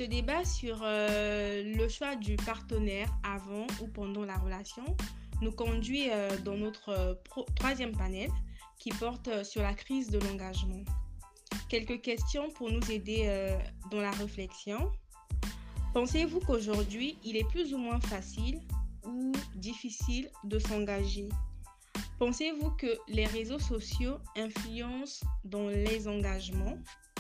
débat sur le choix du partenaire avant ou pendant la relation nous conduit dans notre troisième panel qui porte sur la crise de l'engagement. Quelques questions pour nous aider dans la réflexion. Pensez-vous qu'aujourd'hui, il est plus ou moins facile ou difficile de s'engager? Pensez-vous que les réseaux sociaux influencent dans les engagements?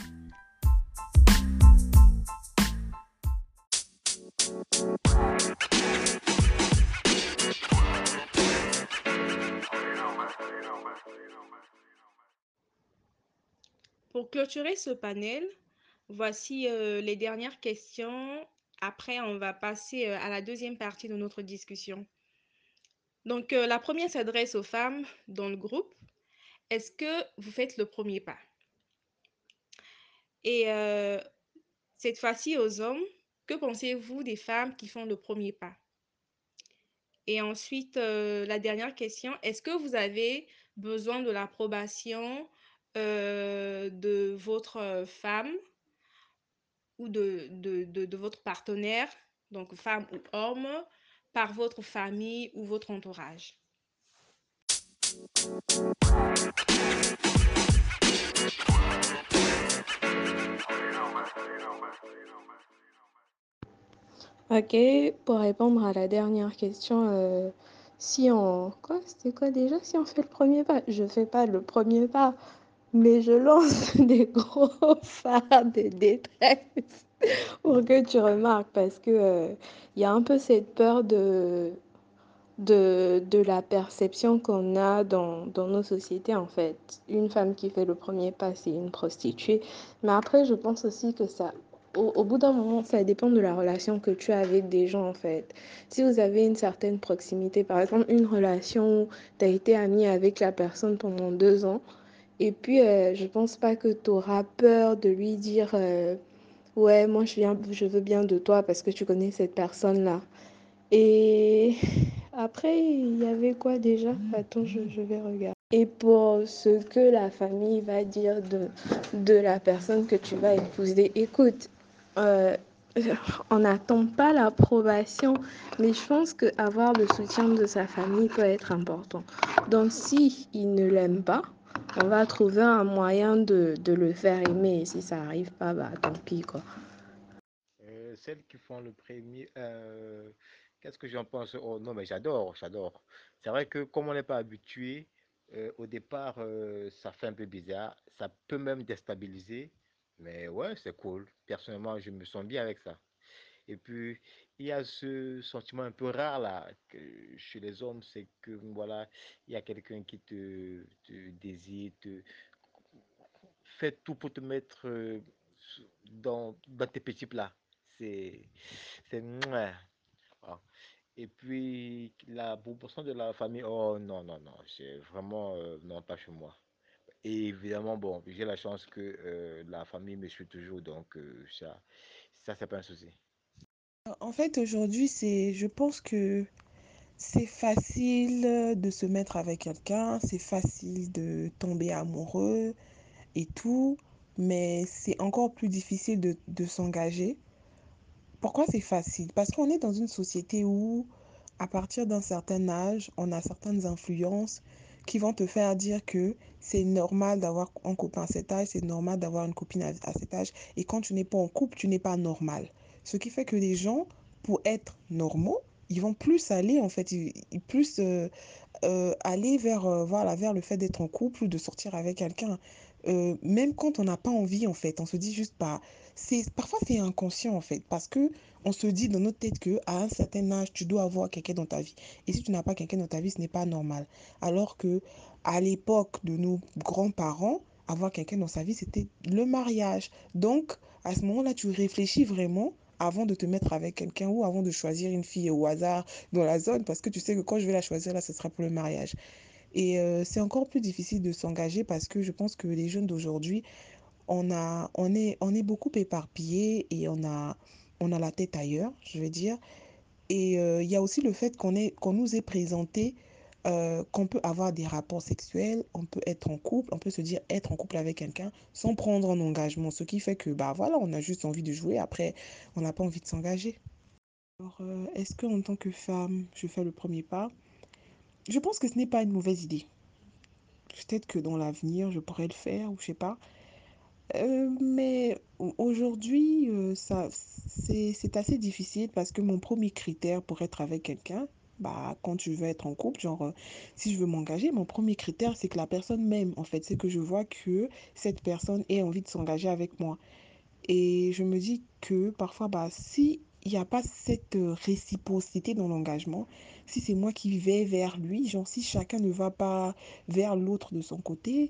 Pour clôturer ce panel, voici les dernières questions. Après, on va passer à la deuxième partie de notre discussion. Donc, la première s'adresse aux femmes dans le groupe. Est-ce que vous faites le premier pas? Et cette fois-ci aux hommes, que pensez-vous des femmes qui font le premier pas? Et ensuite, la dernière question, est-ce que vous avez besoin de l'approbation de votre femme ou de votre partenaire, donc femme ou homme, par votre famille ou votre entourage? Ok, pour répondre à la dernière question, si on... Quoi? C'était quoi déjà? Si on fait le premier pas? Je fais pas le premier pas, mais je lance des gros phares de détresse pour que tu remarques, parce que il y a un peu cette peur de la perception qu'on a dans nos sociétés, en fait. Une femme qui fait le premier pas, c'est une prostituée. Mais après, je pense aussi que ça, au bout d'un moment, ça dépend de la relation que tu as avec des gens, en fait. Si vous avez une certaine proximité, par exemple, une relation où tu as été amie avec la personne pendant 2 ans, et puis je pense pas que tu auras peur de lui dire ouais, moi je veux bien de toi parce que tu connais cette personne-là. Et après, il y avait quoi déjà? Attends, je vais regarder. Et pour ce que la famille va dire de la personne que tu vas épouser, écoute, euh, on n'attend pas l'approbation, mais je pense qu'avoir le soutien de sa famille peut être important. Donc, si il ne l'aime pas, on va trouver un moyen de le faire aimer. Et si ça n'arrive pas, bah tant pis, quoi. Celles qui font le premier, qu'est-ce que j'en pense? Oh non, mais j'adore. C'est vrai que comme on n'est pas habitué, au départ, ça fait un peu bizarre. Ça peut même déstabiliser. Mais ouais, c'est cool. Personnellement, je me sens bien avec ça. Et puis, il y a ce sentiment un peu rare là, chez les hommes, c'est que voilà, il y a quelqu'un qui te désire, te fait tout pour te mettre dans tes petits plats. C'est, c'est mouais. Ah. Et puis, la proportion de la famille, oh non, non, non, c'est vraiment, non, pas chez moi. Et évidemment, bon, j'ai la chance que la famille me suit toujours, donc ça c'est pas un souci. En fait, aujourd'hui, je pense que c'est facile de se mettre avec quelqu'un, c'est facile de tomber amoureux et tout, mais c'est encore plus difficile de s'engager. Pourquoi c'est facile? Parce qu'on est dans une société où, à partir d'un certain âge, on a certaines influences qui vont te faire dire que c'est normal d'avoir un copain à cet âge, c'est normal d'avoir une copine à cet âge, et quand tu n'es pas en couple, tu n'es pas normal. Ce qui fait que les gens, pour être normaux, ils vont plus aller, en fait, plus aller vers, voilà, vers le fait d'être en couple ou de sortir avec quelqu'un. Même quand on n'a pas envie, en fait, on se dit juste pas. Parfois, c'est inconscient, en fait, parce que on se dit dans notre tête que à un certain âge, tu dois avoir quelqu'un dans ta vie. Et si tu n'as pas quelqu'un dans ta vie, ce n'est pas normal. Alors que à l'époque de nos grands-parents, avoir quelqu'un dans sa vie, c'était le mariage. Donc, à ce moment-là, tu réfléchis vraiment avant de te mettre avec quelqu'un ou avant de choisir une fille au hasard dans la zone parce que tu sais que quand je vais la choisir là, ce sera pour le mariage. Et c'est encore plus difficile de s'engager parce que je pense que les jeunes d'aujourd'hui, on est beaucoup éparpillés et on a la tête ailleurs, je veux dire. Et il y a aussi le fait qu'on nous ait présenté qu'on peut avoir des rapports sexuels, on peut être en couple, on peut se dire être en couple avec quelqu'un sans prendre un engagement, ce qui fait que, bah voilà, on a juste envie de jouer, après, on n'a pas envie de s'engager. Alors, est-ce qu'en tant que femme, je fais le premier pas? Je pense que ce n'est pas une mauvaise idée. Peut-être que dans l'avenir, je pourrais le faire, ou je sais pas. Mais aujourd'hui, c'est assez difficile parce que mon premier critère pour être avec quelqu'un, bah, quand je veux être en couple, genre, si je veux m'engager, mon premier critère, c'est que la personne m'aime. En fait, c'est que je vois que cette personne ait envie de s'engager avec moi. Et je me dis que parfois, bah, si il n'y a pas cette réciprocité dans l'engagement, si c'est moi qui vais vers lui, genre si chacun ne va pas vers l'autre de son côté,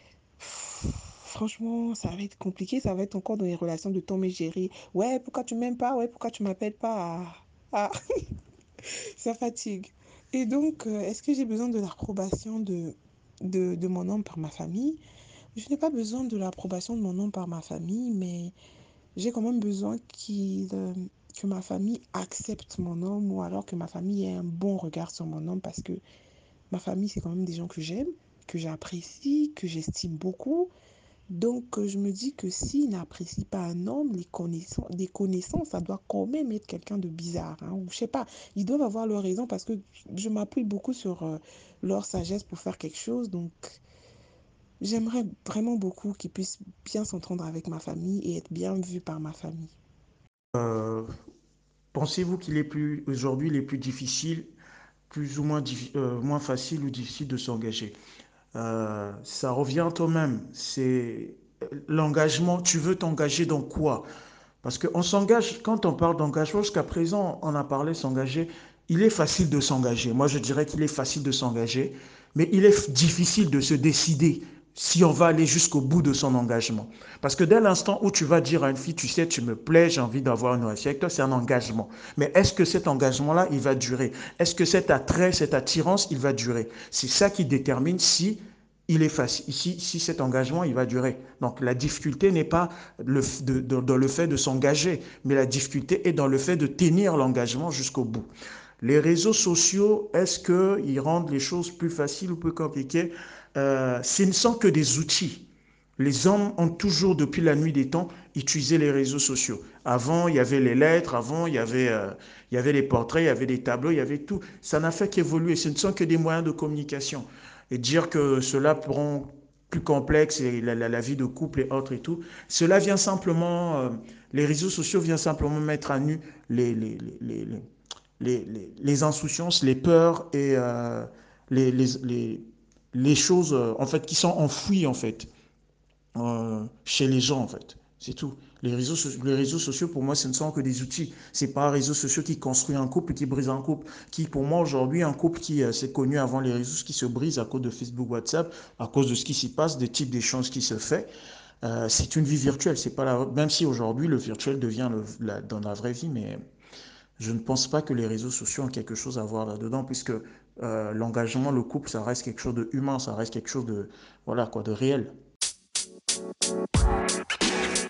franchement, ça va être compliqué, ça va être encore dans les relations de Tom et Jerry. Ouais, pourquoi tu m'aimes pas? Ouais, pourquoi tu m'appelles pas? Ah, ça fatigue. Et donc, est-ce que j'ai besoin de l'approbation de mon homme par ma famille? Je n'ai pas besoin de l'approbation de mon homme par ma famille, mais j'ai quand même besoin que ma famille accepte mon homme ou alors que ma famille ait un bon regard sur mon homme parce que ma famille, c'est quand même des gens que j'aime, que j'apprécie, que j'estime beaucoup. Donc, je me dis que s'ils n'apprécient pas un homme, des connaissances, ça doit quand même être quelqu'un de bizarre, hein, ou je sais pas, ils doivent avoir leur raison parce que je m'appuie beaucoup sur leur sagesse pour faire quelque chose. Donc, j'aimerais vraiment beaucoup qu'ils puissent bien s'entendre avec ma famille et être bien vus par ma famille. Euh, Pensez-vous qu'il est plus aujourd'hui il est plus difficile, plus ou moins, moins facile ou difficile de s'engager? Ça revient au même. C'est l'engagement. Tu veux t'engager dans quoi? Parce qu'on s'engage, quand on parle d'engagement, jusqu'à présent, on a parlé s'engager. Il est facile de s'engager. Moi, je dirais qu'il est facile de s'engager, mais il est difficile de se décider si on va aller jusqu'au bout de son engagement. Parce que dès l'instant où tu vas dire à une fille, tu sais, tu me plais, j'ai envie d'avoir une relation avec toi, c'est un engagement. Mais est-ce que cet engagement-là, il va durer? Est-ce que cet attrait, cette attirance, il va durer? C'est ça qui détermine si il est facile, si cet engagement, il va durer. Donc la difficulté n'est pas dans le fait de s'engager, mais la difficulté est dans le fait de tenir l'engagement jusqu'au bout. Les réseaux sociaux, est-ce qu'ils rendent les choses plus faciles ou plus compliquées? Ce ne sont que des outils. Les hommes ont toujours, depuis la nuit des temps, utilisé les réseaux sociaux. Avant, il y avait les lettres, avant, il y avait les portraits, il y avait des tableaux, il y avait tout. Ça n'a fait qu'évoluer. Ce ne sont que des moyens de communication. Et dire que cela rend plus complexe et la vie de couple et autres et tout, cela vient simplement, les réseaux sociaux viennent simplement mettre à nu les, les, les, les, les insouciances, les peurs et les, les, les, les choses en fait qui sont enfouies en fait chez les gens, en fait. C'est tout. Les réseaux sociaux, pour moi, ce ne sont que des outils. C'est pas un réseau social qui construit un couple, qui brise un couple. Qui, pour moi, aujourd'hui, un couple qui s'est connu avant les réseaux, qui se brise à cause de Facebook, WhatsApp, à cause de ce qui s'y passe, des types d'échanges qui se fait. C'est une vie virtuelle. C'est pas même si aujourd'hui, le virtuel devient dans la vraie vie, mais je ne pense pas que les réseaux sociaux ont quelque chose à voir là-dedans, puisque l'engagement, le couple, ça reste quelque chose de humain, ça reste quelque chose de, voilà, quoi, de réel.